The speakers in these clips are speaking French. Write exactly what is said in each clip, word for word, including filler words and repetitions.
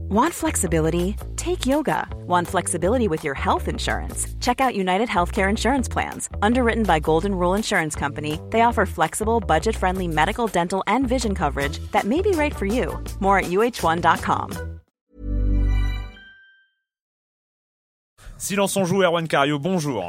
Want flexibility? Take yoga. Want flexibility with your health insurance? Check out United Healthcare Insurance Plans. Underwritten by Golden Rule Insurance Company, they offer flexible, budget-friendly medical, dental, and vision coverage that may be right for you. More at U H one dot com. Silence on joue, Erwan Cario, bonjour.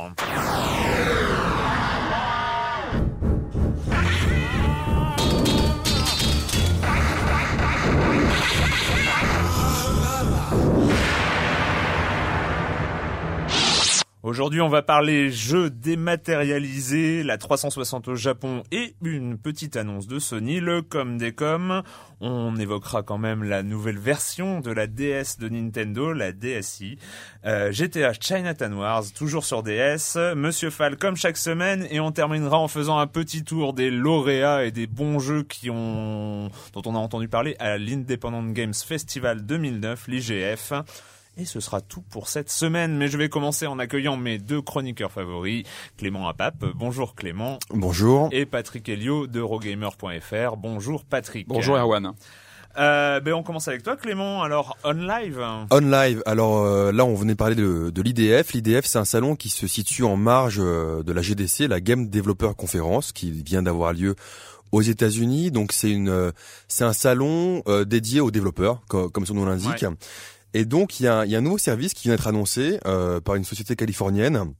Aujourd'hui, on va parler jeux dématérialisés, la trois cent soixante au Japon et une petite annonce de Sony, le comme des comme. On évoquera quand même la nouvelle version de la D S de Nintendo, la D S i. Euh, G T A Chinatown Wars, toujours sur D S. Monsieur Fall, comme chaque semaine, et on terminera en faisant un petit tour des lauréats et des bons jeux qui ont, dont on a entendu parler à l'Independent Games Festival deux mille neuf, l'I G F. Et ce sera tout pour cette semaine, mais je vais commencer en accueillant mes deux chroniqueurs favoris, Clément Apap. Bonjour Clément. Bonjour. Et Patrick Helio d'Eurogamer point F R. Bonjour Patrick. Bonjour Erwan. Euh, ben on commence avec toi Clément. Alors OnLive. OnLive. Alors euh, là on venait parler de, de l'I D F. L'I D F c'est un salon qui se situe en marge euh, de la G D C, la Game Developer Conference, qui vient d'avoir lieu aux États-Unis. Donc c'est une, euh, c'est un salon euh, dédié aux développeurs, comme, comme son nom l'indique. Ouais. Et donc il y a, il y a un nouveau service qui vient d'être annoncé euh, par une société californienne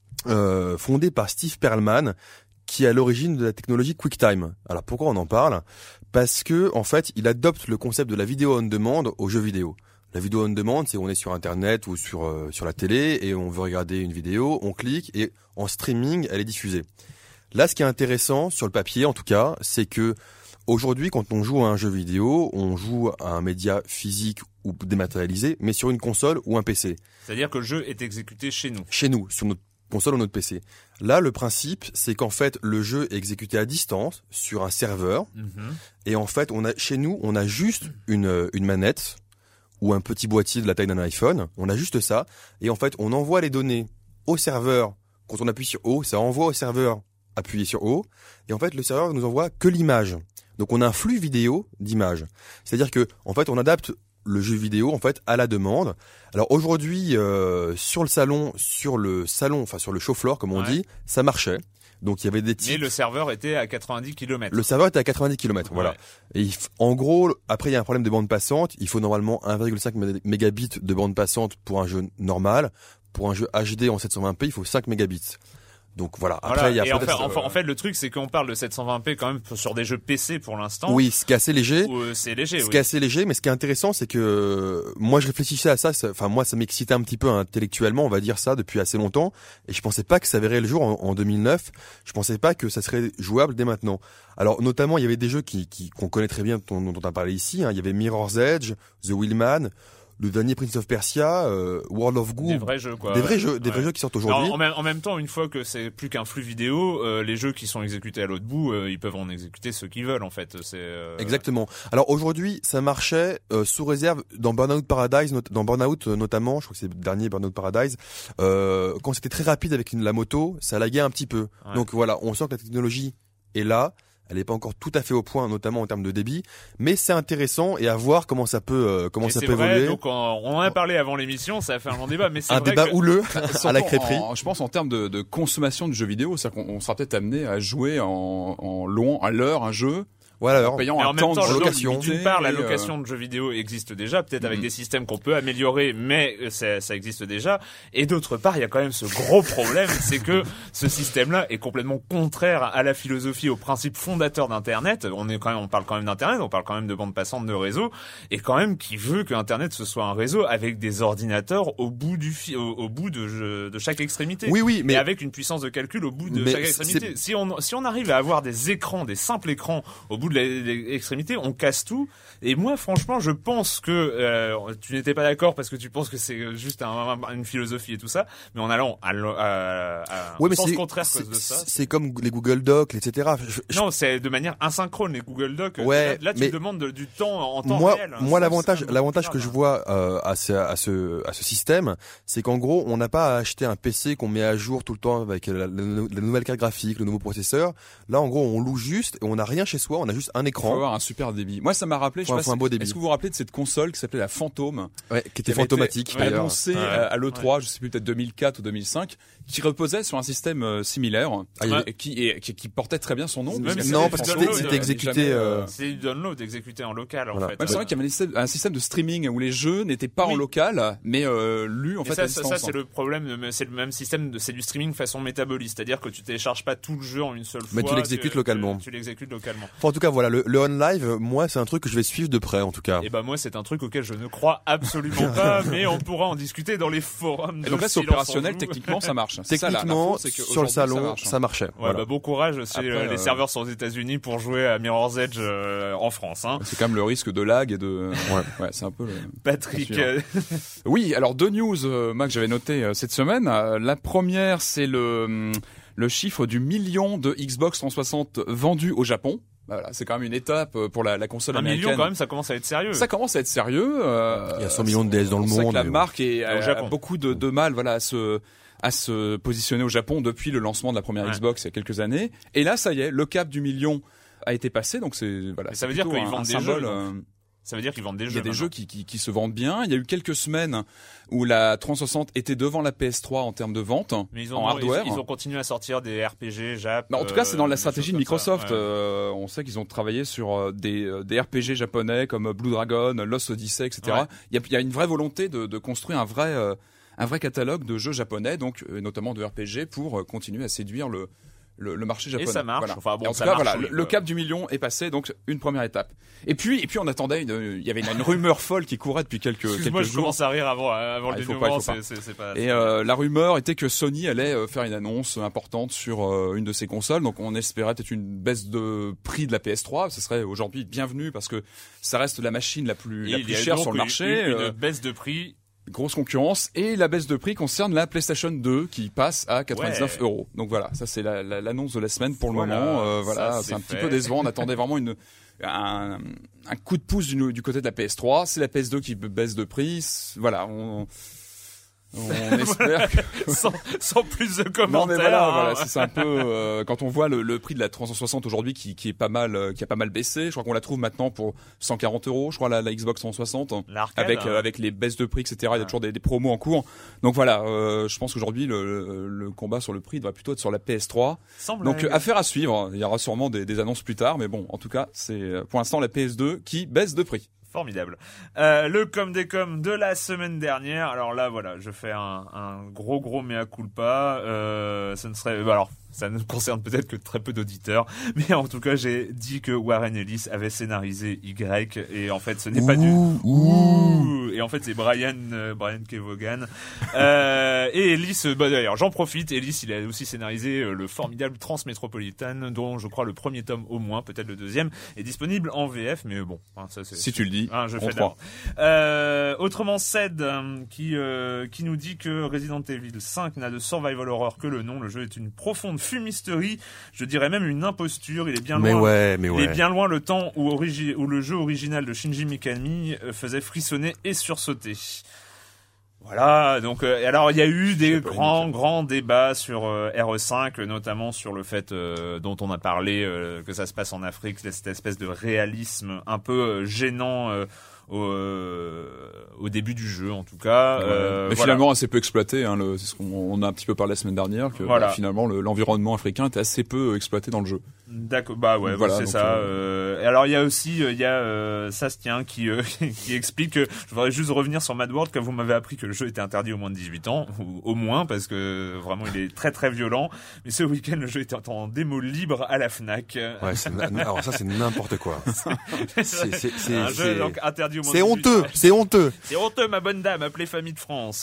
euh, fondée par Steve Perlman, qui est à l'origine de la technologie QuickTime. Alors pourquoi on en parle ? Parce que en fait, il adopte le concept de la vidéo on demand aux jeux vidéo. La vidéo on demand, c'est on est sur internet ou sur euh, sur la télé et on veut regarder une vidéo, on clique et en streaming, elle est diffusée. Là, ce qui est intéressant sur le papier en tout cas, c'est que aujourd'hui, quand on joue à un jeu vidéo, on joue à un média physique ou dématérialisé, mais sur une console ou un P C. C'est-à-dire que le jeu est exécuté chez nous. Chez nous, sur notre console ou notre P C. Là, le principe, c'est qu'en fait, le jeu est exécuté à distance sur un serveur. Mm-hmm. Et en fait, on a chez nous, on a juste une une manette ou un petit boîtier de la taille d'un iPhone. On a juste ça. Et en fait, on envoie les données au serveur. Quand on appuie sur O, ça envoie au serveur appuyer sur O. Et en fait, le serveur nous envoie que l'image. Donc on a un flux vidéo d'images. C'est-à-dire que en fait on adapte le jeu vidéo en fait à la demande. Alors aujourd'hui euh, sur le salon, sur le salon, enfin sur le show floor comme on ouais. dit, ça marchait. Donc il y avait des types. Mais le serveur était à quatre-vingt-dix kilomètres. Le serveur était à quatre-vingt-dix kilomètres, ouais. Voilà. Et il f... en gros, après il y a un problème de bande passante. Il faut normalement un virgule cinq mégabits de bande passante pour un jeu normal. Pour un jeu H D en sept cent vingt p, il faut cinq mégabits. Donc voilà. Après, voilà. il y a et en fait, euh... enfin, en fait, le truc, c'est qu'on parle de sept cent vingt p quand même sur des jeux P C pour l'instant. Oui, ce qui est assez léger. Ou, euh, c'est léger. Ce oui. qui est assez léger, mais ce qui est intéressant, c'est que moi, je réfléchissais à ça. Enfin, moi, ça m'excitait un petit peu intellectuellement, on va dire ça, depuis assez longtemps. Et je pensais pas que ça verrait le jour en, en deux mille neuf. Je pensais pas que ça serait jouable dès maintenant. Alors, notamment, il y avait des jeux qui, qui qu'on connaît très bien, dont, dont on a parlé ici. Hein. Il y avait Mirror's Edge, The Wheelman. Le dernier Prince of Persia, euh, World of Goo. Des vrais jeux, quoi. Des vrais jeux, des ouais. vrais jeux qui sortent aujourd'hui. En, en, même, en même temps, une fois que c'est plus qu'un flux vidéo, euh, les jeux qui sont exécutés à l'autre bout, euh, ils peuvent en exécuter ceux qu'ils veulent, en fait. C'est, euh... Exactement. Alors aujourd'hui, ça marchait euh, sous réserve dans Burnout Paradise, not- dans Burnout euh, notamment, je crois que c'est le dernier Burnout Paradise, euh, quand c'était très rapide avec une, la moto, ça laguait un petit peu. Ouais. Donc voilà, on sent que la technologie est là. Elle n'est pas encore tout à fait au point, notamment en termes de débit, mais c'est intéressant et à voir comment ça peut euh, comment et ça c'est peut vrai, évoluer. Donc on, on en a parlé avant l'émission, ça a fait un long débat, mais c'est un vrai débat que... houleux à la crêperie. En, je pense en termes de, de consommation de jeux vidéo, c'est-à-dire qu'on on sera peut-être amené à jouer en, en louant à l'heure un jeu. Voilà, en payant mais un en temps même temps, de location. D'une part, la euh... location de jeux vidéo existe déjà, peut-être avec mmh. des systèmes qu'on peut améliorer, mais ça, ça existe déjà. Et d'autre part, il y a quand même ce gros problème, c'est que ce système-là est complètement contraire à la philosophie, aux principes fondateurs d'Internet. On est quand même, on parle quand même d'Internet, on parle quand même de bande passante, de réseau, et quand même qui veut que Internet ce soit un réseau avec des ordinateurs au bout du fi- au, au bout de, de chaque extrémité. Oui, oui, mais et avec une puissance de calcul au bout de mais chaque extrémité. Si on si on arrive à avoir des écrans, des simples écrans au bout de l'extrémité, on casse tout. Et moi, franchement, je pense que euh, tu n'étais pas d'accord parce que tu penses que c'est juste un, un, une philosophie et tout ça, mais en allant à, à, à ouais, mais sens c'est, contraire c'est, cause de ça. C'est comme les Google Docs, et cetera. Je, je... Non, c'est de manière asynchrone les Google Docs. Ouais, là, là tu mais demandes de, du temps en temps moi, réel. Moi, ça, l'avantage, l'avantage que je vois euh, à, ce, à ce à ce système, c'est qu'en gros, on n'a pas à acheter un P C qu'on met à jour tout le temps avec la, la, la nouvelle carte graphique, le nouveau processeur. Là, en gros, on loue juste et on n'a rien chez soi. On a juste juste un Il faut écran. avoir un super débit. Moi, ça m'a rappelé, je Faut sais un- pas faut un si- beau débit. est-ce que vous vous rappelez de cette console qui s'appelait la Fantôme? Ouais, qui était avait fantomatique été d'ailleurs. annoncée Ouais. à, à l'E trois, je sais plus, peut-être deux mille quatre ou deux mille cinq, qui reposait sur un système euh, similaire, Ah, il y et avait- qui, et, qui, qui portait très bien son nom. Même puisqu'elle si Non, c'est parce que download, c'était c'était euh, exécuté. jamais, euh, C'est du download exécuté en local en Voilà. fait. Ouais, c'est vrai qu'il y avait un système, un système de streaming où les jeux n'étaient pas Oui. en local, mais euh, lus en Et fait ça, à ça, distance. ça, c'est le problème, mais c'est le même système, de, c'est du streaming façon métaboliste, c'est-à-dire que tu télécharges pas tout le jeu en une seule Mais fois. tu l'exécutes tu- localement. Tu, tu l'exécutes localement. Enfin, en tout cas, voilà, le, le on live, moi, c'est un truc que je vais suivre de près, en tout cas. Et bah moi, c'est un truc auquel je ne crois absolument pas, mais on pourra en discuter dans les forums. Et de donc là, c'est Silence en opérationnel, Joue. techniquement, ça marche. C'est ça, la- Techniquement, l'info, c'est que sur le aujourd'hui, salon, ça marche, hein. ça marchait. Ouais, Voilà. bah bon courage si Après, euh, les euh, serveurs sont aux États-Unis pour jouer à Mirror's Edge euh, en France. Hein. C'est quand même le risque de lag et de. Ouais, ouais c'est un peu. Le... Patrick, Bien euh, Oui, alors deux news, euh, moi, que j'avais noté euh, cette semaine. Euh, la première, c'est le hum, le chiffre du million de Xbox trois cent soixante vendus au Japon. Voilà, c'est quand même une étape euh, pour la, la console un américaine. million quand même, ça commence à être sérieux. Ça commence à être sérieux. euh, Il y a cent millions de D S dans le on sait monde, que la mais marque est, a, Au Japon. a beaucoup de, de mal, voilà, à se à se positionner au Japon depuis le lancement de la première Ouais. Xbox il y a quelques années. Et là, ça y est, le cap du million a été passé, donc c'est voilà. Mais ça c'est veut dire plutôt qu'ils un- vendent un des symbole, jeux, euh, Ça veut dire qu'ils vendent des Il jeux. y a des maintenant. jeux qui, qui, qui se vendent bien. Il y a eu quelques semaines où la trois cent soixante était devant la P S trois en termes de vente, Mais ils en ont, hardware. ils, ils ont continué à sortir des R P G, Jap. Bah, en tout cas, c'est dans euh, la des stratégie de choses comme ça, Microsoft. ouais. Euh, on sait qu'ils ont travaillé sur euh, des, euh, des R P G japonais comme Blue Dragon, Lost Odyssey, et cetera. Ouais. Il, y a, il y a une vraie volonté de, de construire un vrai, euh, un vrai catalogue de jeux japonais, donc euh, notamment de R P G, pour euh, continuer à séduire le, le, le marché japonais. ça marche. Voilà. Enfin, bon, Et en ça tout cas, marche, voilà, oui, le, le quoi. cap du million est passé, donc une première étape. Et puis, et puis on attendait, une, il y avait une, une rumeur folle qui courait depuis quelques, Excuse-moi, quelques je jours. commence à rire avant, avant Ah, le il faut dénouement. pas, il faut c'est- c'est- c'est pas- Et euh, la rumeur était que Sony allait euh, faire une annonce importante sur euh, une de ses consoles. Donc on espérait peut-être une baisse de prix de la P S trois. Ce serait aujourd'hui bienvenu parce que ça reste la machine la plus, Et la il plus y a chère donc sur le une- marché. Une, euh, baisse de prix. grosse concurrence. Et la baisse de prix concerne la PlayStation deux qui passe à quatre-vingt-dix-neuf Ouais. euros. Donc voilà, ça c'est la- la- l'annonce de la semaine pour le Voilà, moment. Euh, ça, voilà, c'est c'est un petit fait. peu décevant. On attendait vraiment une... Un, un coup de pouce du, du côté de la P S trois. C'est la P S deux qui baisse de prix. Voilà, on, on espère que... sans, sans plus de commentaires. Non mais voilà, hein. voilà, c'est c'est un peu euh, quand on voit le, le prix de la trois cent soixante aujourd'hui qui, qui est pas mal, euh, qui a pas mal baissé. Je crois qu'on la trouve maintenant pour cent quarante euros. Je crois la, la Xbox trois cent soixante L'arcade, avec hein. euh, avec les baisses de prix, et cetera. Il y a Ouais. toujours des, des promos en cours. Donc voilà, euh, je pense qu'aujourd'hui le, le, le combat sur le prix devrait plutôt être sur la P S trois. Sans Donc blague. euh, affaire à suivre. Il y aura sûrement des, des annonces plus tard, mais bon, en tout cas, c'est euh, pour l'instant la P S deux qui baisse de prix. Formidable. Euh, le com des com de la semaine dernière. Alors là, voilà, je fais un, un gros gros mea culpa. Euh, ce ne serait, bah alors, ça ne concerne peut-être que très peu d'auditeurs, mais en tout cas, j'ai dit que Warren Ellis avait scénarisé Y, et en fait, ce n'est pas du. Ouh. Et en fait, c'est Brian euh, Brian Kevogan. Euh, et Ellis, euh, bah d'ailleurs, j'en profite. Ellis, il a aussi scénarisé euh, le formidable Transmétropolitan, dont je crois le premier tome au moins, peut-être le deuxième, est disponible en V F, mais bon, hein, ça c'est. Si tu le dis, Ah, je on fais croit. d'abord. Euh, autrement, Ced euh, qui euh, qui nous dit que Resident Evil cinq n'a de survival horror que le nom. Le jeu est une profonde fumisterie, je dirais même une imposture. Il est bien Mais loin. ouais, mais Il ouais. est bien loin le temps où, origi- où le jeu original de Shinji Mikami euh, faisait frissonner et sursauter. Voilà, donc euh, alors il y a eu des C'est pas grands nickel. grands débats sur euh, R E cinq, notamment sur le fait euh, dont on a parlé euh, que ça se passe en Afrique, cette espèce de réalisme un peu euh, gênant euh, au, euh, au début du jeu en tout cas. Ouais. Euh, Mais voilà. finalement assez peu exploité. Hein, le, c'est ce qu'on on a un petit peu parlé la semaine dernière que Voilà. bah, finalement le- l'environnement africain était assez peu exploité dans le jeu. D'accord, bah ouais, Voilà, bah, c'est donc, ça. euh, Euh... et alors il y a aussi, euh, il y a euh, Sastien qui euh, qui explique que je voudrais juste revenir sur Mad World, que vous m'avez appris que le jeu était interdit au moins de dix-huit ans, ou au moins parce que vraiment il est très très violent. Mais ce week-end le jeu était en démo libre à la Fnac. Ouais, c'est na- alors ça c'est n'importe quoi. C'est c'est c'est Un jeu c'est donc interdit au moins c'est de dix-huit honteux, ans. c'est honteux. C'est honteux, ma bonne dame, appelez Famille de France.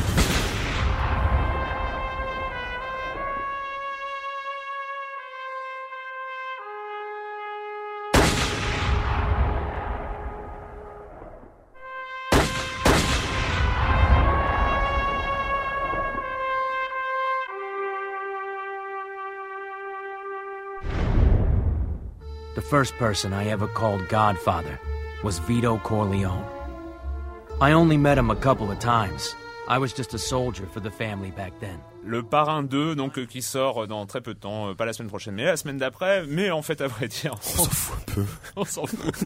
The first person I ever called Godfather was Vito Corleone. I only met him a couple of times, I was just a soldier for the family back then. Le Parrain deux, donc, euh, qui sort dans très peu de temps, euh, pas la semaine prochaine, mais la semaine d'après, mais en fait, à vrai dire, On s'en fout un peu. on s'en fout.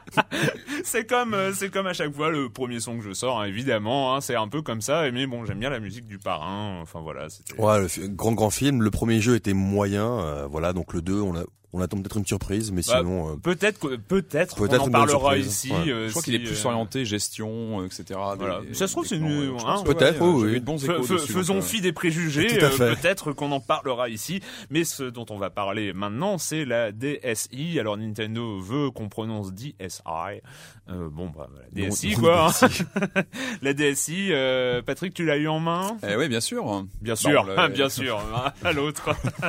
c'est comme, euh, c'est comme à chaque fois le premier son que je sors, hein, évidemment, hein, c'est un peu comme ça, mais bon, j'aime bien la musique du Parrain, enfin voilà, c'était... Ouais, le fi- grand grand film. Le premier jeu était moyen, euh, voilà, donc le deux, on a, on attend peut-être une surprise, mais Bah, sinon, euh, Peut-être, que- peut-être, Peut-être on en une bonne parlera surprise, ici. ouais. euh, Je crois si, qu'il est plus euh, orienté gestion, euh, et cetera. Voilà. Des- Ça se trouve, des c'est plans, une- euh, je hein, pense que, peut-être, ouais, oui, j'ai oui. eu de bons Fais- échos fais- dessus, faisons donc, euh, fi des préjugés, Tout à euh, fait. peut-être qu'on en parlera ici, mais ce dont on va parler maintenant, c'est la D S i. Alors Nintendo veut qu'on prononce D S I. Euh, bon, bah, voilà, D S i Non, quoi. non, hein. La D S i, euh, Patrick, tu l'as eu en main? Eh oui, bien sûr. Bien Bah, sûr, on l'a- bien sûr, hein, à l'autre.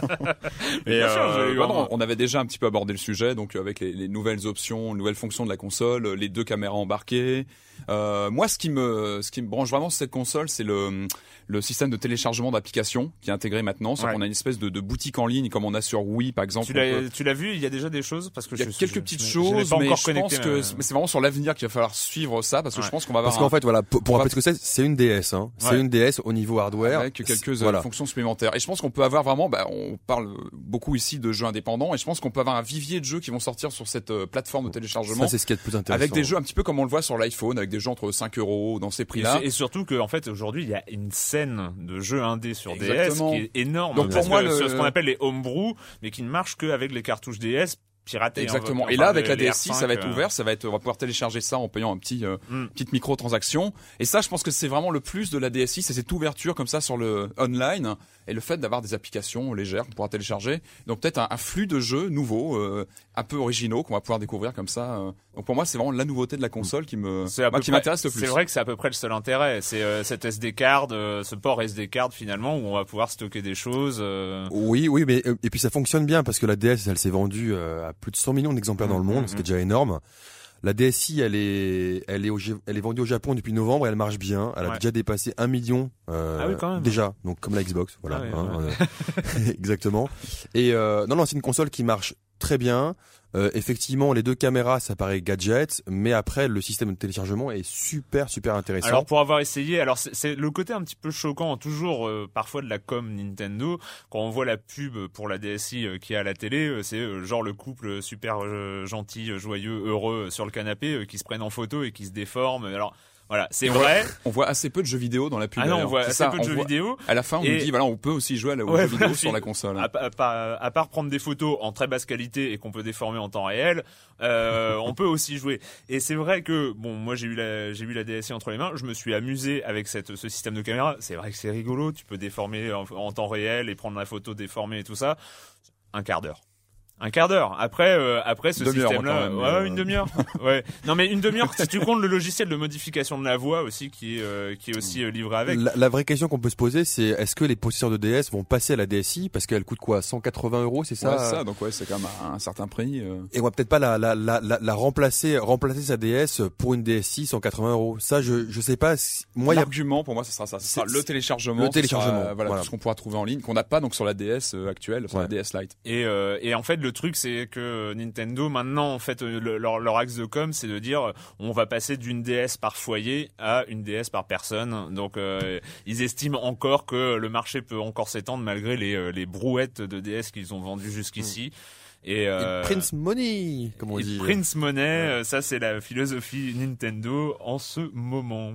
Mais Et bien sûr, euh, je l'ai eu bah en non, main. on avait déjà un petit peu abordé le sujet, donc avec les, les nouvelles options, les nouvelles fonctions de la console, les deux caméras embarquées. Euh, moi, ce qui me, ce qui me branche vraiment sur cette console, c'est le, le système de téléchargement d'applications qui est intégré maintenant. C'est Ouais. qu'on a une espèce de, de boutique en ligne comme on a sur Wii, par exemple. Tu On peut- l'as, tu l'as vu? Il y a déjà des choses parce que Il y a je, quelques je- petites je- je choses, l'ai pas mais encore je connecté, pense que mais- c'est- mais c'est vraiment sur l'avenir qu'il va falloir suivre ça, parce que Ouais. je pense qu'on va avoir parce qu'en un- fait, voilà, pour, pour va- rappeler ce que c'est, c'est une D S, hein. C'est Ouais. une D S au niveau hardware. avec quelques euh, Voilà. fonctions supplémentaires. Et je pense qu'on peut avoir vraiment, bah, on parle beaucoup ici de jeux indépendants, et je pense qu'on peut avoir un vivier de jeux qui vont sortir sur cette euh, plateforme de téléchargement. Ça, c'est ce qui est le plus intéressant. Avec des jeux un petit peu comme on le voit sur l'iPhone, avec des jeux entre cinq euros dans ces Et, prix-là. c'est- et surtout qu'en fait aujourd'hui il y a une scène de jeux indés sur Exactement. D S qui est énorme. Donc, pour Parce moi, que le- c'est ce qu'on appelle les homebrew, mais qui ne marchent qu'avec les cartouches D S piratées. hein. Exactement. Enfin, Et là, avec les- la les D S i, R ça va cinq, être euh, ouvert, ça va être, on va pouvoir télécharger ça en payant un petit, euh, Mm. petite micro-transaction. Et ça, je pense que c'est vraiment le plus de la D S i, c'est cette ouverture comme ça sur le online et le fait d'avoir des applications légères qu'on pourra télécharger. Donc peut-être un, un flux de jeux nouveaux, euh, un peu originaux qu'on va pouvoir découvrir comme ça. euh. Donc pour moi, c'est vraiment la nouveauté de la console qui me, C'est à moi, peu qui près- m'intéresse le plus. C'est vrai que c'est à peu près le seul intérêt. C'est euh, cette S D card, euh, ce port S D card finalement où on va pouvoir stocker des choses. euh, Oui, oui, mais euh, et puis ça fonctionne bien parce que la D S, elle s'est vendue euh, à plus de cent millions d'exemplaires dans le monde, Mhm. ce qui est déjà énorme. La D S i, elle est, elle est, au, J- elle est vendue au Japon depuis novembre et elle marche bien. Elle a Ouais. déjà dépassé un million. Euh, Ah oui, quand même. Déjà, donc comme la Xbox, voilà. Ah oui, hein, ouais. euh, exactement. Et euh, non, non, c'est une console qui marche très bien. Euh, effectivement, les deux caméras, ça paraît gadget, mais après, le système de téléchargement est super, super intéressant. Alors pour avoir essayé, alors c'est, c'est le côté un petit peu choquant, toujours euh, parfois de la com Nintendo, quand on voit la pub pour la D S i euh, qui est à la télé, euh, c'est euh, genre le couple super euh, gentil, euh, joyeux, heureux euh, sur le canapé euh, qui se prennent en photo et qui se déforment. Alors voilà, c'est Et on vrai. On voit assez peu de jeux vidéo dans la pub. Ah non, on d'ailleurs. voit C'est assez ça, peu de on jeux voit- vidéo. À la fin, on Et- nous dit, voilà, on peut aussi jouer à la- aux Ouais, jeux vidéo voilà, sur la console. À, à- à- à part prendre des photos en très basse qualité et qu'on peut déformer en temps réel, euh, on peut aussi jouer. Et c'est vrai que bon, moi j'ai eu la j'ai eu la D S i entre les mains, je me suis amusé avec cette ce système de caméra. C'est vrai que c'est rigolo, tu peux déformer en, en temps réel et prendre la photo déformée et tout ça. Un quart d'heure. Un quart d'heure. Après, euh, après ce Demi-heure, système-là, quand même, ouais, euh. une demi-heure. Ouais. Non, mais une demi-heure si tu comptes le logiciel de modification de la voix aussi, qui est euh, qui est aussi euh, livré avec. La, la vraie question qu'on peut se poser, c'est est-ce que les possesseurs de D S vont passer à la D S i parce qu'elle coûte quoi, cent quatre-vingts euros, c'est ça, Ouais, c'est ça, donc ouais, c'est quand même un, un certain prix. euh. Et on va peut-être pas la, la, la, la, la remplacer, remplacer sa D S pour une D S i cent quatre-vingts euros. Ça, je, je sais pas. Si... Moi, il y a L'argument pour moi, ce sera ça. Ce sera C'est- le téléchargement. le ce téléchargement, sera, euh, voilà, voilà. tout ce qu'on pourra trouver en ligne, qu'on n'a pas donc sur la D S euh, actuelle, sur la Ouais. D S Lite. Et, euh, et en fait, le truc, c'est que Nintendo, maintenant, en fait, euh, le- leur, leur axe de com, c'est de dire, euh, on va passer d'une D S par foyer à une D S par personne. Donc, euh, ils estiment encore que le marché peut encore s'étendre malgré les, euh, les brouettes de D S qu'ils ont vendues jusqu'ici. Et, euh, Et Prince Money, comme on et dit. Prince Money, euh, ça c'est la philosophie Nintendo en ce moment.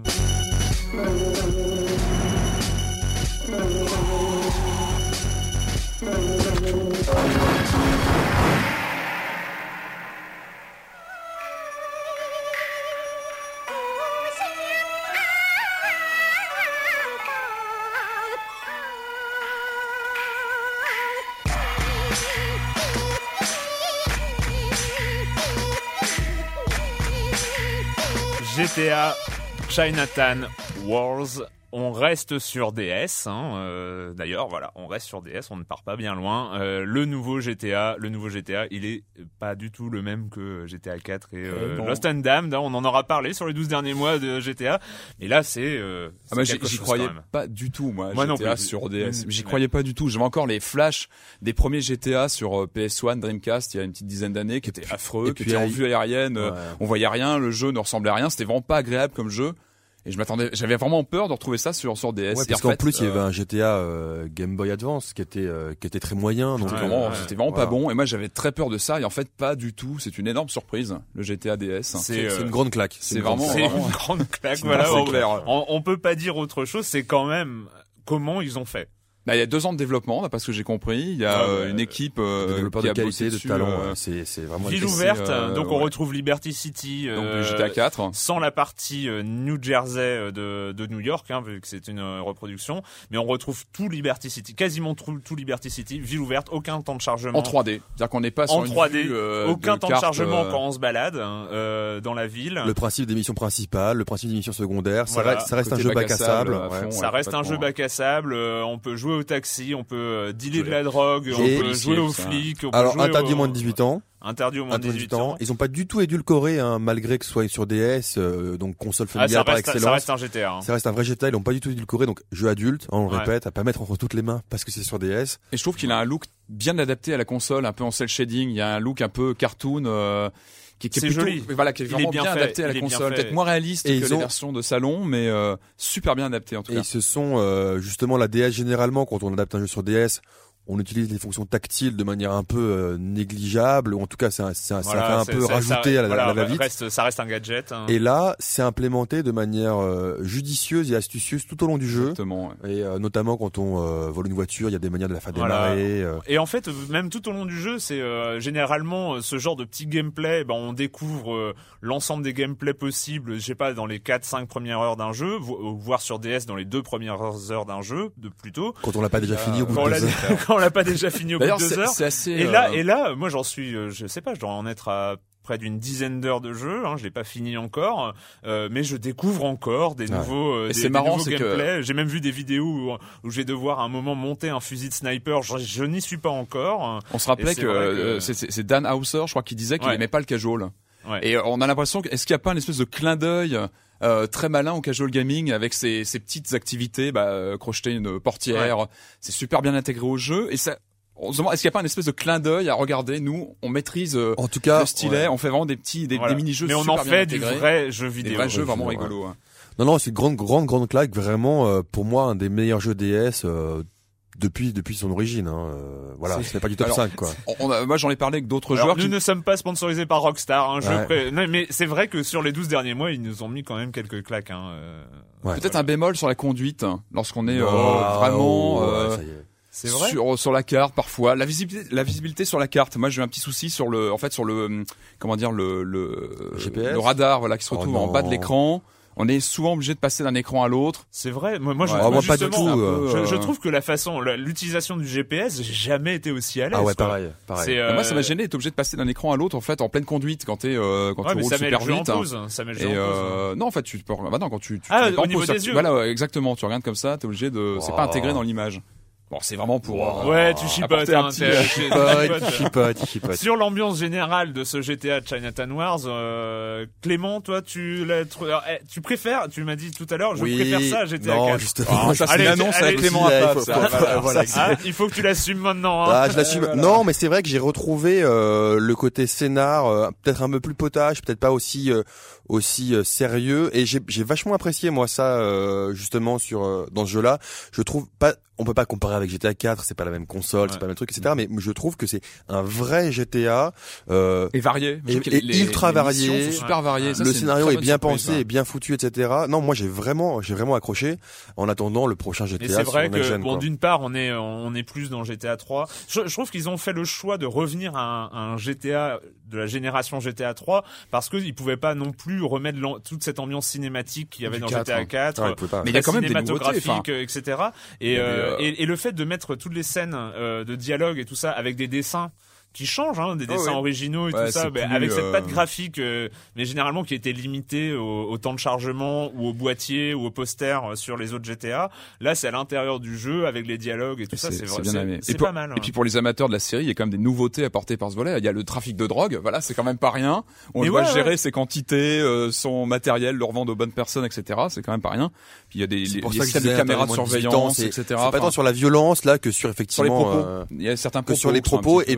G T A Chinatown Wars. On reste sur D S, hein, euh, d'ailleurs, voilà, on reste sur D S, on ne part pas bien loin. Euh, le nouveau G T A, le nouveau G T A, il est pas du tout le même que G T A quatre et euh, Euh, non. Lost and Damned. Hein, on en aura parlé sur les douze derniers mois de G T A, mais là c'est. Euh, Ah, moi, c'est j'y quelque j'y chose, croyais quand même. pas du tout, moi. Moi non G T A plus. sur D S. Mm, J'y ouais. croyais pas du tout. J'avais encore les flashs des premiers G T A sur euh, P S un, Dreamcast, il y a une petite dizaine d'années, qui étaient affreux, et qui puis, étaient en euh, vue aérienne. euh, Ouais. On voyait rien, le jeu ne ressemblait à rien. C'était vraiment pas agréable comme jeu. Et je m'attendais, j'avais vraiment peur de retrouver ça sur sur D S. Ouais, et parce en qu'en fait, plus, il y avait euh, un G T A euh, Game Boy Advance qui était euh, qui était très moyen. Donc C'était Ouais, vraiment, ouais. c'était vraiment Voilà. pas bon. Et moi, j'avais très peur de ça. Et en fait, pas du tout. C'est une énorme surprise, le G T A D S. C'est, c'est, euh, c'est une grande claque. c'est une grande vraiment- C'est claque. une grande claque. C'est Voilà, on, clair. on, on peut pas dire autre chose. C'est quand même comment ils ont fait. Bah, il y a deux ans de développement, d'après ce que j'ai compris. Il y a Ah, euh, ouais. une équipe Des euh, développeurs qui de a bossé qualité, de dessus, talent. euh, ouais. C'est c'est vraiment. Ville et c'est, ouverte, euh, donc on ouais. retrouve Liberty City. donc euh, du G T A quatre. Sans la partie euh, New Jersey euh, de, de New York, hein, vu que c'est une euh, reproduction, mais on retrouve tout Liberty City, quasiment tout, tout Liberty City, ville ouverte, aucun temps de chargement. En trois D. C'est-à-dire qu'on n'est pas sur En une trois D, vue, euh, aucun de temps carte, de chargement euh, quand on se balade hein, euh, dans la ville. Le principe des missions principales, le principe des missions secondaires, ça Voilà. reste, ça reste un Côté jeu bac bac à à sable. sable, à ouais. fond. Ça ouais, reste un jeu complètement, bac à sable, euh, on peut jouer au taxi, on peut euh, dealer de Jouer la drogue, on Et- peut policier, jouer aux ça. flics, on peut Alors jouer interdit au- moins de dix-huit ans. Interdit au moins de Interdit dix-huit ans. Ils ont pas du tout édulcoré, hein, malgré que ce soit sur D S, euh, donc console Ah, ça familiale par reste, ça excellence. reste un G T A. hein. Ça reste un vrai G T A, ils l'ont pas du tout édulcoré, donc jeu adulte, hein, on le Ouais. répète, à pas mettre entre toutes les mains parce que c'est sur D S. Et je trouve qu'il a un look bien adapté à la console, un peu en cel shading. Il y a un look un peu cartoon. Euh, qui, qui est C'est plutôt- joli. Voilà, qui est Il est vraiment bien bien, fait, adapté à la il est bien console. fait. Peut-être moins réaliste Et que ils les ont- versions de salon, mais euh, super bien adapté en tout Et cas. ils se sont, euh, justement, la D S généralement, quand on adapte un jeu sur D S, on utilise les fonctions tactiles de manière un peu euh, négligeable, ou en tout cas, ça, ça, ça Voilà, fait un c'est- peu c'est- rajouter ça, à la, voilà, à la va-vite. reste, ça reste un gadget. hein. Et là, c'est implémenté de manière euh, judicieuse et astucieuse tout au long du jeu. Exactement. ouais. Et euh, notamment quand on euh, vole une voiture, il y a des manières de la faire Voilà. démarrer. euh. Et en fait, euh, même tout au long du jeu, c'est euh, généralement euh, ce genre de petit gameplay. Ben, on découvre euh, l'ensemble des gameplays possibles. Je sais pas, dans les quatre cinq premières heures d'un jeu, vo- voire sur D S dans les deux premières heures d'un jeu, de plutôt. Quand on l'a pas déjà fini au bout Quand on de l'a deux heures. quand on l'a pas déjà fini au bout de D'ailleurs, deux c'est heures. c'est assez. Et là, euh, et là, moi j'en suis, euh, je sais pas, je dois en être à près d'une dizaine d'heures de jeu. Hein, je l'ai pas fini encore, euh, mais je découvre encore des Ouais. nouveaux, euh, Et des, c'est des marrant, nouveaux c'est que- gameplays. J'ai même vu des vidéos où, où je vais devoir à un moment monter un fusil de sniper. Je, je n'y suis pas encore. On se rappelait Et c'est que, vrai que- euh, c'est- c'est c'est Dan Hauser, je crois, qui disait qu'il Ouais. aimait pas le casual. Ouais. Et euh, on a l'impression que est-ce qu'il y a pas une espèce de clin d'œil euh, très malin au casual gaming avec ces, ces petites activités, bah, euh, crocheter une portière, c'est super bien intégré au jeu. Et ça, on se demande est-ce qu'il y a pas une espèce de clin d'œil à regarder. Nous, on maîtrise euh, En tout cas, le stylet, ouais. on fait vraiment des petits, des, Voilà. des mini-jeux Mais on super en bien fait du intégrés. vrai jeu Des vidéo. vrais jeux vraiment ouais. rigolos. hein. Non, non, c'est une grande, grande, grande claque. Vraiment, euh, pour moi, un des meilleurs jeux D S euh, depuis depuis son origine. Hein. Euh, voilà, C'est- c'est pas du top Alors, cinq, quoi. On- on a- moi, j'en ai parlé avec d'autres Alors, joueurs nous qui ne sommes pas sponsorisés par Rockstar. Hein, je Ouais. pré- non, mais c'est vrai que sur les douze derniers mois, ils nous ont mis quand même quelques claques. Hein, euh, Ouais. peut-être un bémol sur la conduite hein, lorsqu'on est euh, Oh, vraiment ouais, euh, ça y est. C'est vrai. sur sur la carte parfois la visibilité la visibilité sur la carte. Moi j'ai eu un petit souci sur le en fait sur le hum, comment dire le le G P S? le radar voilà qui se Oh retrouve en non. bas de l'écran. On est souvent obligé de passer d'un écran à l'autre. C'est vrai. Moi, moi, je, Ouais. moi, Ah, moi, pas du justement, tout, un peu, Je, euh, je trouve que la façon, la- l'utilisation du G P S, j'ai jamais été aussi à l'aise. Ah ouais, quoi. pareil, pareil. C'est, Et euh, Moi ça m'a gêné d'être obligé de passer d'un écran à l'autre en fait en pleine conduite quand t'es euh, quand Ouais, tu mais roules ça met super le jeu en vite. hein. pause. Ça met le jeu Et en pause. euh, non en fait tu peux bah non quand tu, tu Ah, tu mets pas au en niveau pause, des ça- yeux. voilà ouais, exactement tu regardes comme ça t'es obligé de c'est pas Wow. intégré dans l'image. Bon c'est vraiment pour euh, Ouais, tu chipotes. apporter un hein, petit- t'es- t'es- Chipote, t'es- chipote, chipote. Sur l'ambiance générale de ce G T A Chinatown Wars, euh, Clément, toi, tu l'as trou- alors, eh, tu préfères, tu m'as dit tout à l'heure, je Oui, préfère ça à G T A non, quatre. justement. Ah, ça c'est Allez, une annonce à allez, Clément si, à il faut- ça. faut- Voilà, voilà, ça, Ah, il faut que tu l'assumes maintenant. Hein. Ah, je l'assume. voilà. Non, mais c'est vrai que j'ai retrouvé euh, le côté scénar, euh, peut-être un peu plus potage, peut-être pas aussi euh, aussi euh, sérieux. Et j'ai j'ai vachement apprécié moi ça euh, justement sur euh, dans ce jeu-là. Je trouve pas, on peut pas comparer avec G T A quatre, c'est pas la même console, c'est Ouais. pas le même truc, et cetera. Mais je trouve que c'est un vrai G T A. Euh, Et varié. Je Et- trouve que et les- ultra les missions varié. sont super variées. Ça, le c'est une scénario très est bonne bien surprise, pensé, ça. et bien foutu, et cetera. Non, moi j'ai vraiment, j'ai vraiment accroché en attendant le prochain G T A. Et c'est sur vrai Next que Gen, bon, quoi. d'une part, on est on est plus dans G T A trois. Je, je trouve qu'ils ont fait le choix de revenir à un, un G T A de la génération G T A trois parce qu'ils pouvaient pas non plus remettre l'am- toute cette ambiance cinématique qu'il y avait Du dans quatre, G T A hein. quatre. Ouais, vous pouvez pas. Mais il y a quand même des nouveautés, cinématographique, enfin. euh, et cetera. Et, Il y avait, euh, euh, et, et le fait de mettre toutes les scènes euh, de dialogue et tout ça avec des dessins qui changent, hein, des Oh, dessins oui. originaux et Ouais, tout ça, c'est bah, plus, avec cette euh, patte graphique, euh, mais généralement qui était limitée au, au temps de chargement ou au boîtier ou au poster euh, sur les autres G T A. Là, c'est à l'intérieur du jeu avec les dialogues et tout Et ça. C'est vrai, bien c'est- aimé. c'est Et pour- pas mal. Et hein. puis pour les amateurs de la série, il y a quand même des nouveautés apportées par ce volet. Il y a le trafic de drogue, voilà, c'est quand même pas rien. On Mais doit ouais, gérer ouais. ses quantités, euh, son matériel, le revendre aux bonnes personnes, et cetera. C'est quand même pas rien. Puis il y a des C'est les, pour les ça que je systèmes de disais, caméras de interdit moins de dix-huit ans, surveillance, c'est- et cetera. C'est pas tant Enfin, sur la violence là que sur sur les effectivement propos. euh, Il y a certains que propos sur les qui sont un propos petit et peu, puis euh, euh,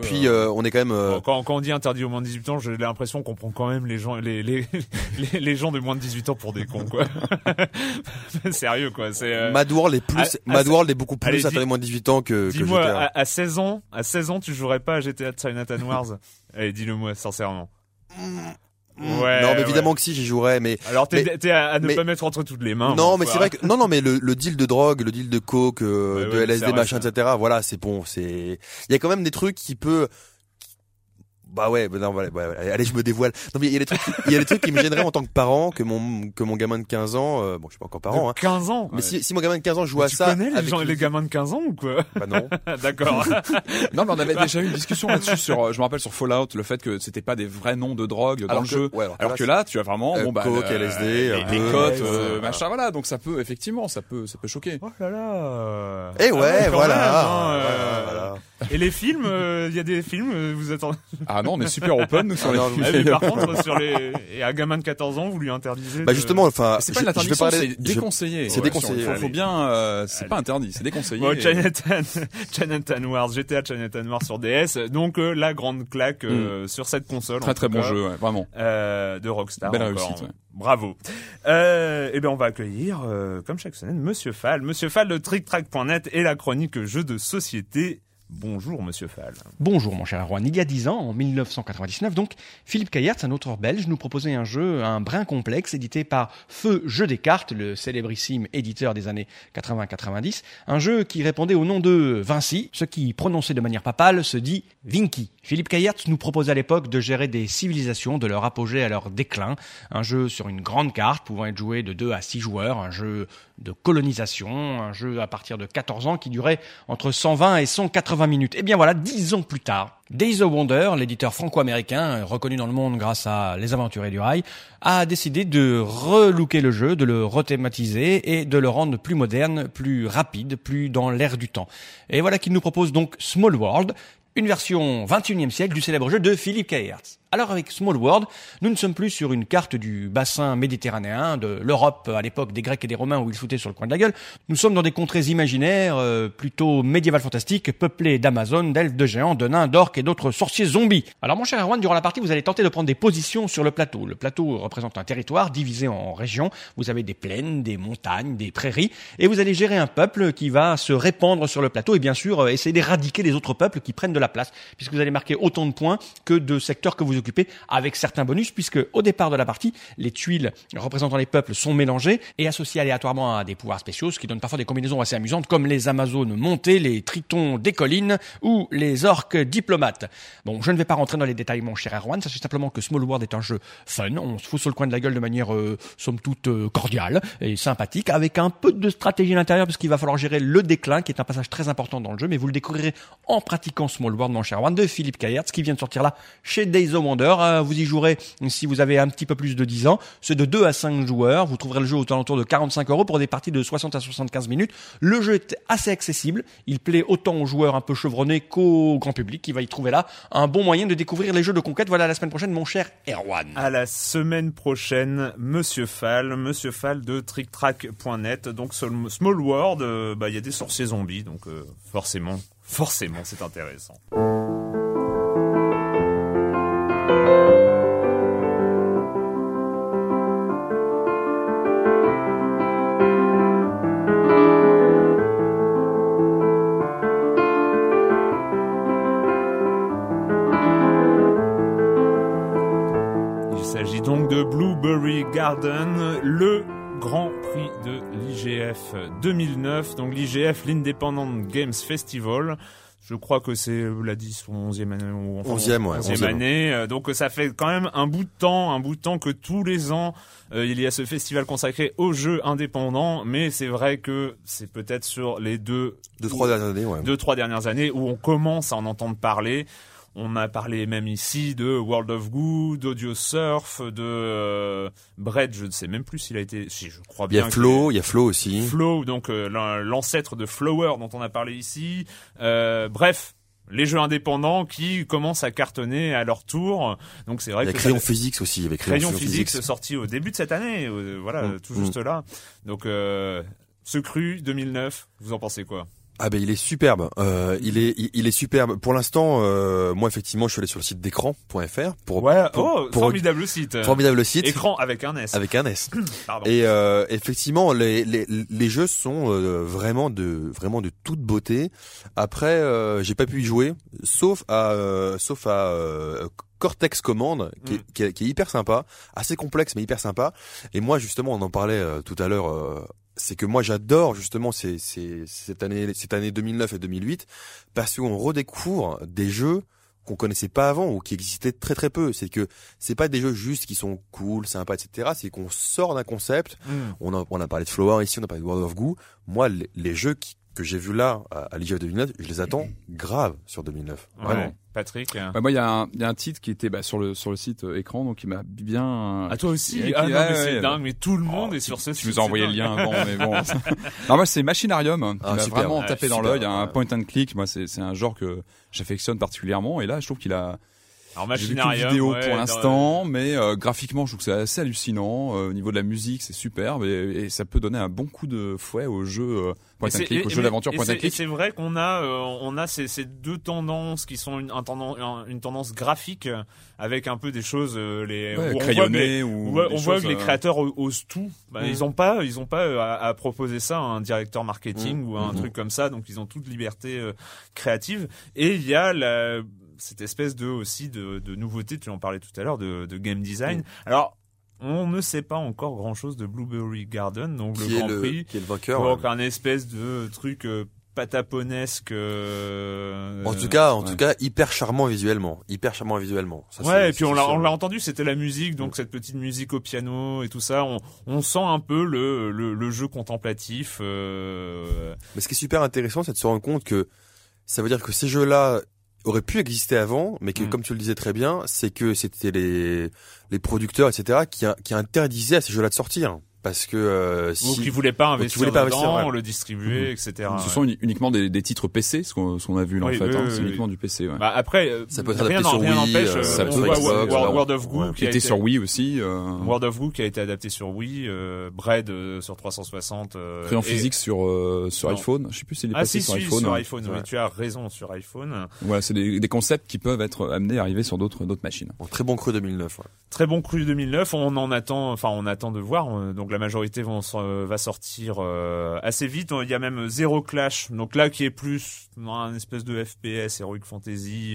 on est quand même. Euh... Quand, quand on dit interdit aux moins de dix-huit ans, j'ai l'impression qu'on prend quand même les gens, les les les, les gens de moins de dix-huit ans pour des cons, quoi. Sérieux, quoi. C'est. Euh... Mad World est plus. À, Mad World est beaucoup plus allez, interdit aux moins de dix-huit ans que. Dis-moi, que G T A. à, à seize ans, à seize ans, tu jouerais pas à G T A Chinatown Wars? Allez, dis-le-moi, sincèrement. Ouais, non, mais évidemment ouais. que si, j'y jouerais, mais. Alors, t'es, mais, t'es à, à ne mais, pas mettre entre toutes les mains. Non, bon, mais c'est vrai que, non, non, mais le, le deal de drogue, le deal de coke, euh, ouais, de ouais, L S D, vrai, machin, ça. et cetera. Voilà, c'est bon, c'est, il y a quand même des trucs qui peut, bah ouais, bah non, voilà, ouais, allez, je me dévoile. Non, mais il y a des trucs, il y a des trucs qui me gêneraient en tant que parent, que mon, que mon gamin de quinze ans, euh, bon, je suis pas encore parent, hein. quinze ans. Mais ouais. si, si mon gamin de quinze ans joue mais à tu ça. Tu connais les avec gens, les... les gamins de quinze ans ou quoi? Bah non. D'accord. Non, mais on avait déjà eu une discussion là-dessus sur, je me rappelle sur Fallout, le fait que c'était pas des vrais noms de drogue dans alors le que, jeu. ouais, alors, alors là, que là, tu as vraiment, euh, bon, bah, coke, euh, L S D, les, un les peu, cotes, ouais, euh, ouais, machin, voilà. Donc ça peut, effectivement, ça peut, ça peut choquer. Oh là là. Eh ouais, ah, voilà. Même, hein, voilà, euh... voilà. Et les films, il euh, y a des films, euh, vous attendez. Ah non, on est super open, nous, sur Ah les non, films. Ah, mais par contre, sur les, et un gamin de quatorze ans, vous lui interdisez. Bah de... justement, enfin, C'est pas je, une je vais interdiction, parler, c'est déconseillé. C'est Ouais, déconseillé. Faut, faut Allez. bien, euh, c'est Allez. pas interdit, c'est déconseillé. Bon, Et- Chinatown, Chinatown Wars, G T A Chinatown Wars sur D S, donc euh, la grande claque euh, sur cette console. Très en très tout bon cas, jeu, ouais, vraiment. euh, de Rockstar. Belle encore. réussite, ouais. Bravo. Euh, et bien on va accueillir, euh, comme chaque semaine, Monsieur Fall. Monsieur Fall de trick track point net et la chronique jeux de société. Bonjour Monsieur Fall. Bonjour mon cher Erwan. Il y a dix ans, en mille neuf cent quatre-vingt-dix-neuf, donc, Philippe Cayertz, un auteur belge, nous proposait un jeu, un brin complexe, édité par Feu Jeux des Cartes, le célébrissime éditeur des années quatre-vingts quatre-vingt-dix. Un jeu qui répondait au nom de Vinci, ce qui, prononcé de manière papale, se dit Vinci. Philippe Cayertz nous proposait à l'époque de gérer des civilisations de leur apogée à leur déclin. Un jeu sur une grande carte, pouvant être joué de deux à six joueurs, un jeu de colonisation, un jeu à partir de quatorze ans qui durait entre cent vingt et cent quatre-vingts minutes. Et bien voilà, dix ans plus tard, Days of Wonder, l'éditeur franco-américain, reconnu dans le monde grâce à Les Aventuriers du Rail, a décidé de relooker le jeu, de le rethématiser et de le rendre plus moderne, plus rapide, plus dans l'air du temps. Et voilà qu'il nous propose donc Small World, une version vingt et unième siècle du célèbre jeu de Philippe Cayertz. Alors avec Small World, nous ne sommes plus sur une carte du bassin méditerranéen, de l'Europe à l'époque des Grecs et des Romains où ils foutaient sur le coin de la gueule. Nous sommes dans des contrées imaginaires, euh, plutôt médiévales fantastiques, peuplées d'Amazones, d'elfes, de géants, de nains, d'orques et d'autres sorciers zombies. Alors mon cher Erwan, durant la partie, vous allez tenter de prendre des positions sur le plateau. Le plateau représente un territoire divisé en régions. Vous avez des plaines, des montagnes, des prairies, et vous allez gérer un peuple qui va se répandre sur le plateau et bien sûr euh, essayer d'éradiquer les autres peuples qui prennent de la place, puisque vous allez marquer autant de points que de secteurs que vous occupez, avec certains bonus, puisque au départ de la partie, les tuiles représentant les peuples sont mélangées et associées aléatoirement à des pouvoirs spéciaux, ce qui donne parfois des combinaisons assez amusantes, comme les Amazones montées, les Tritons des collines ou les orques diplomates. Bon, je ne vais pas rentrer dans les détails, mon cher Erwan, sachez simplement que Small World est un jeu fun, on se fout sur le coin de la gueule de manière, euh, somme toute, euh, cordiale et sympathique, avec un peu de stratégie à l'intérieur, parce qu'il va falloir gérer le déclin, qui est un passage très important dans le jeu, mais vous le découvrirez en pratiquant Small World, mon cher Erwan, de Philippe Cayertz, qui vient de sortir là chez Days of Wonder. Vous y jouerez si vous avez un petit peu plus de dix ans. C'est de deux à cinq joueurs. Vous trouverez le jeu aux alentours de quarante-cinq euros pour des parties de soixante à soixante-quinze minutes. Le jeu est assez accessible. Il plaît autant aux joueurs un peu chevronnés qu'au grand public qui va y trouver là un bon moyen de découvrir les jeux de conquête. Voilà, la semaine prochaine, mon cher Erwan. À la semaine prochaine, Monsieur Fall, Monsieur Fall de trick track point net. Donc Small World, euh, bah il y a des sorciers zombies, donc euh, forcément, forcément, c'est intéressant. Il s'agit donc de Blueberry Garden, le Grand Prix de l'I G F deux mille neuf, donc l'I G F, l'Independent Games Festival. Je crois que c'est, vous l'a dit, son onzième année. Ou enfin, onzième, ouais. onzième année. Donc ça fait quand même un bout de temps, un bout de temps que tous les ans, euh, il y a ce festival consacré aux jeux indépendants. Mais c'est vrai que c'est peut-être sur les deux, deux, trois dernières années, ouais. deux, trois dernières années où on commence à en entendre parler. On a parlé même ici de World of Goo, d'Audio Surf, de euh, Bread, je ne sais même plus s'il a été... Si, je crois bien. Il y a Flow, il y a Flow aussi. Flow, donc euh, l'ancêtre de Flower dont on a parlé ici. Euh, bref, les jeux indépendants qui commencent à cartonner à leur tour. Donc c'est vrai il y a que Crayon ça... Physics aussi, avec Crayon, Crayon Physics sorti au début de cette année, euh, voilà, mmh. tout juste mmh. là. Donc euh, ce cru deux mille neuf, vous en pensez quoi ? Ah ben il est superbe, euh, il est il, il est superbe. Pour l'instant, euh, moi effectivement, je suis allé sur le site d'écran point f r pour ouais, pour, oh, pour, formidable site. Formidable site. Écran avec un S. Avec un S. Pardon. Et euh, effectivement, les les les jeux sont euh, vraiment de vraiment de toute beauté. Après, euh, j'ai pas pu y jouer, sauf à euh, sauf à euh, Cortex Command, qui est, mm. qui, est, qui est hyper sympa, assez complexe mais hyper sympa. Et moi justement, on en parlait euh, tout à l'heure. Euh, c'est que moi j'adore justement ces, ces, cette année, cette année deux mille neuf et deux mille huit, parce qu'on redécouvre des jeux qu'on connaissait pas avant ou qui existaient très très peu. C'est que c'est pas des jeux juste qui sont cool, sympas, et cetera. C'est qu'on sort d'un concept. Mm. On a, on a parlé de Flower ici, on a parlé de World of Goo. Moi, les, les jeux qui, que j'ai vus là à, à l'I G F deux mille neuf, je les attends grave sur deux mille neuf. Vraiment. Ouais. Patrick. Bah moi il y a un il y a un titre qui était bah, sur le sur le site euh, écran, donc il m'a bien. Ah toi aussi. Qui, ah non, ah, mais ouais, c'est ouais, dingue, mais tout le monde oh, est sur ce tu site. Tu nous as envoyé le lien avant, mais bon. Non moi c'est Machinarium qui ah, m'a super, vraiment ouais, tapé super, dans l'œil, un ouais. point and click. Moi c'est c'est un genre que j'affectionne particulièrement, et là je trouve qu'il a. Alors Machinarium, j'ai vu vidéo ouais, pour l'instant, le... mais euh, graphiquement, je trouve que c'est assez hallucinant. Euh, au niveau de la musique, c'est superbe, et, et ça peut donner un bon coup de fouet au jeu euh, point and click, au jeu d'aventure point and click. Et c'est vrai qu'on a, euh, on a ces, ces deux tendances qui sont une, un tendance, une tendance graphique avec un peu des choses, euh, les ouais, où crayonnées, on voit, ou on voit, des on choses, voit que les euh... créateurs osent tout. Bah, mmh. Ils ont pas, ils ont pas euh, à, à proposer ça à un directeur marketing mmh. ou à un mmh. truc comme ça. Donc ils ont toute liberté euh, créative. Et il y a la cette espèce de aussi de, de nouveauté, tu en parlais tout à l'heure, de, de game design. Mmh. Alors, on ne sait pas encore grand-chose de Blueberry Garden, donc qui le Grand le, Prix, qui est le vainqueur. donc ouais. un espèce de truc euh, pataponesque. Euh, en tout cas, en ouais. tout cas, hyper charmant visuellement, hyper charmant visuellement. Ça, ouais, et puis on l'a, on l'a entendu, c'était la musique, donc mmh. cette petite musique au piano et tout ça. On, on sent un peu le, le, le jeu contemplatif. Euh... Mais ce qui est super intéressant, c'est de se rendre compte que ça veut dire que ces jeux-là aurait pu exister avant, mais que, mmh. comme tu le disais très bien, c'est que c'était les les producteurs, et cetera, qui, qui interdisaient à ces jeux-là de sortir. Parce que euh, si... ou qui voulaient pas investir voulaient pas dedans, investir, ouais. le distribuer, mmh. et cetera. Ce sont uniquement des, des titres P C, ce qu'on, ce qu'on a vu là oui, en fait. Oui, hein, oui, c'est oui. uniquement du P C. Ouais. Bah après, ça peut être rien, adapté sur rien Wii, n'empêche. Euh, ça on voit Xbox, World, World of Goo ouais, qui était été... sur Wii aussi. Euh... World of Goo qui a été adapté sur Wii, euh, Braid euh, sur trois cent soixante. Euh, Crayon et... physique sur euh, sur non. iPhone. Je sais plus s'il est ah, passé si, sur si, iPhone. sur iPhone. Ouais. Oui, tu as raison sur iPhone. Voilà, c'est des, des concepts qui peuvent être amenés à arriver sur d'autres d'autres machines. Bon, très bon cru deux mille neuf. Ouais. Très bon cru deux mille neuf. On en attend, enfin on attend de voir. Donc la majorité vont va sortir Euh, assez vite. Il y a même Zero Clash, donc là qui est plus un espèce de F P S Heroic Fantasy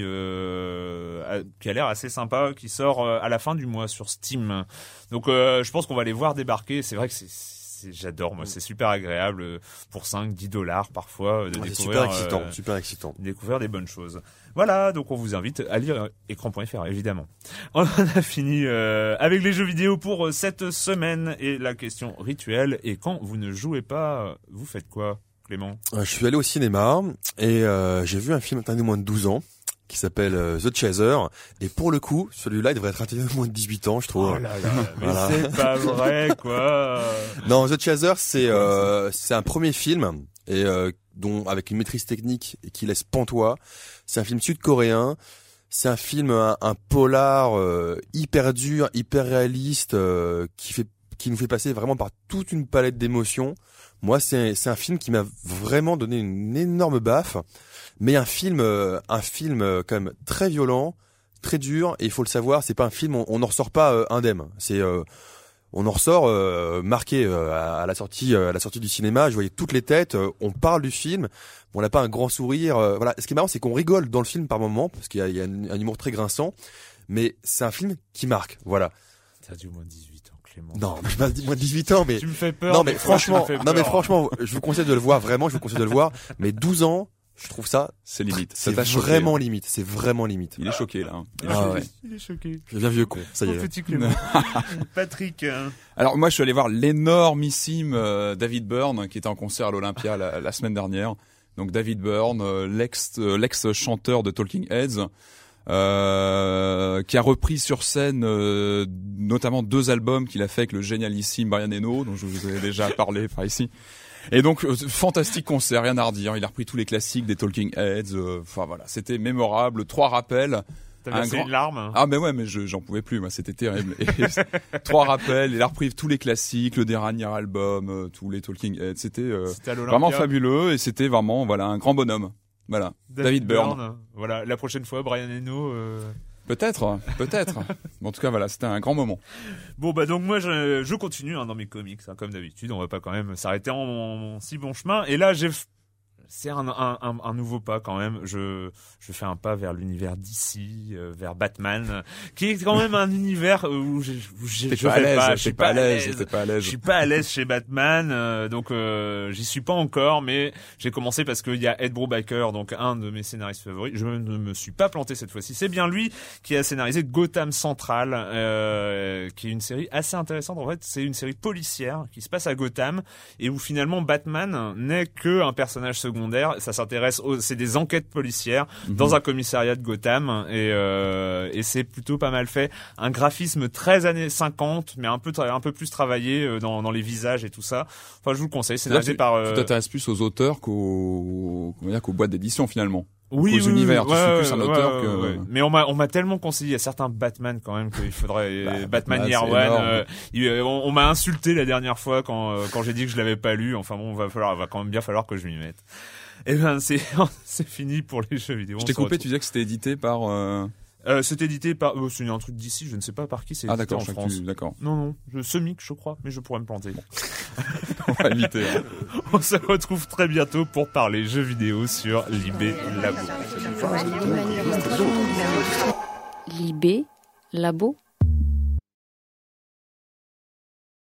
euh, qui a l'air assez sympa, qui sort à la fin du mois sur Steam. Donc euh, je pense qu'on va les voir débarquer. C'est vrai que c'est, c'est j'adore, moi, c'est super agréable pour cinq dix dollars parfois de ouais, découvrir. Super excitant, euh, super excitant. Découvrir des bonnes choses. Voilà, donc on vous invite à lire écran point f r évidemment. On a fini euh, avec les jeux vidéo pour cette semaine et la question rituelle. Et quand vous ne jouez pas, vous faites quoi, Clément ? Je suis allé au cinéma et euh, j'ai vu un film interdit de moins de douze ans qui s'appelle euh, The Chaser, et pour le coup celui-là il devrait être interdit de moins de dix-huit ans, je trouve. Oh là là, mais voilà. C'est pas vrai quoi. Non, The Chaser c'est euh, c'est un premier film et euh, dont avec une maîtrise technique et qui laisse pantois. C'est un film sud-coréen. C'est un film, un, un polar euh, hyper dur, hyper réaliste, euh, qui fait, qui nous fait passer vraiment par toute une palette d'émotions. Moi, c'est, c'est un film qui m'a vraiment donné une énorme baffe, mais un film, euh, un film euh, quand même très violent, très dur. Et il faut le savoir, c'est pas un film, on n'en ressort pas euh, indemne. C'est euh, on en ressort euh, marqué euh, à la sortie, euh, à la sortie du cinéma. Je voyais toutes les têtes. Euh, on parle du film. On n'a pas un grand sourire. Euh, voilà. Ce qui est marrant, c'est qu'on rigole dans le film par moments parce qu'il y a, il y a un, un humour très grinçant. Mais c'est un film qui marque. Voilà. T'as dit au moins dix-huit ans, Clément. Non, mais je pas dit moins dix-huit ans, mais tu me fais peur. Non, mais franchement, mais non, mais franchement, je vous conseille de le voir. Vraiment, je vous conseille de le voir. Mais douze ans. Je trouve ça, c'est limite. C'est vraiment choqué. limite. C'est vraiment limite. Il est choqué là. Hein. Il, est ah, ouais. il est choqué. Je deviens vieux con. Ça y est. Petit Clément. Patrick. Hein. Alors moi, je suis allé voir l'énormissime euh, David Byrne qui était en concert à l'Olympia la, la semaine dernière. Donc David Byrne, euh, l'ex euh, l'ex chanteur de Talking Heads, euh, qui a repris sur scène euh, notamment deux albums qu'il a fait avec le génialissime Brian Eno, dont je vous ai déjà parlé par ici. Et donc euh, fantastique concert, rien à redire. Il a repris tous les classiques des Talking Heads. Enfin euh, voilà, c'était mémorable. Trois rappels, T'as un versé grand... une larme. Ah mais ouais, mais je, j'en pouvais plus, moi, c'était terrible. Et trois rappels, il a repris tous les classiques, le dernier album, euh, tous les Talking Heads, c'était, euh, C'était à l'Olympia. vraiment fabuleux et c'était vraiment voilà un grand bonhomme. Voilà, David, David Byrne. Byrne. Voilà, la prochaine fois, Brian Eno. Euh... Peut-être, peut-être. En tout cas, voilà, c'était un grand moment. Bon bah donc moi je, je continue hein, dans mes comics, hein, comme d'habitude. On va pas quand même s'arrêter en, en, en si bon chemin. Et là j'ai f... c'est un, un, un, un nouveau pas quand même. Je, je fais un pas vers l'univers D C, euh, vers Batman, euh, qui est quand même un univers où j'ai, où j'ai T'es je pas à fais l'aise, pas, t'es pas à l'aise, t'es pas à l'aise. Je suis pas à l'aise chez Batman, euh, donc euh, j'y suis pas encore. Mais j'ai commencé parce qu'il y a Ed Brubaker, donc un de mes scénaristes favoris. Je ne me suis pas planté cette fois-ci. C'est bien lui qui a scénarisé Gotham Central, euh, qui est une série assez intéressante. En fait, c'est une série policière qui se passe à Gotham et où finalement Batman n'est que un personnage secondaire. Ça s'intéresse aux, c'est des enquêtes policières mmh. dans un commissariat de Gotham et, euh, et c'est plutôt pas mal fait. Un graphisme très années cinquante, mais un peu un peu plus travaillé dans, dans les visages et tout ça. Enfin, je vous le conseille. C'est scénarisé par. Euh... Tu t'intéresses plus aux auteurs qu'aux, comment dire, qu'aux boîtes d'édition finalement. Oui, aux oui, univers. Oui, tu ouais, suis plus un ouais, auteur ouais, que. Ouais. Mais on m'a on m'a tellement conseillé. Il y a certains Batman quand même qu'il faudrait. bah, Batman bah, Year One. Euh, il, on, on m'a insulté la dernière fois quand euh, quand j'ai dit que je l'avais pas lu. Enfin bon, va falloir va quand même bien falloir que je m'y mette. Eh ben c'est c'est fini pour les jeux vidéo. Je t'ai coupé. Tu disais que c'était édité par. Euh... Euh, c'est édité par, oh, c'est un truc d'ici, je ne sais pas par qui c'est ah, édité en d'accord, France. Tu... D'accord. Non, non, je Semic, je crois, mais je pourrais me planter. Bon. On va éviter. Hein. On se retrouve très bientôt pour parler jeux vidéo sur Libé Labo. Libé Labo.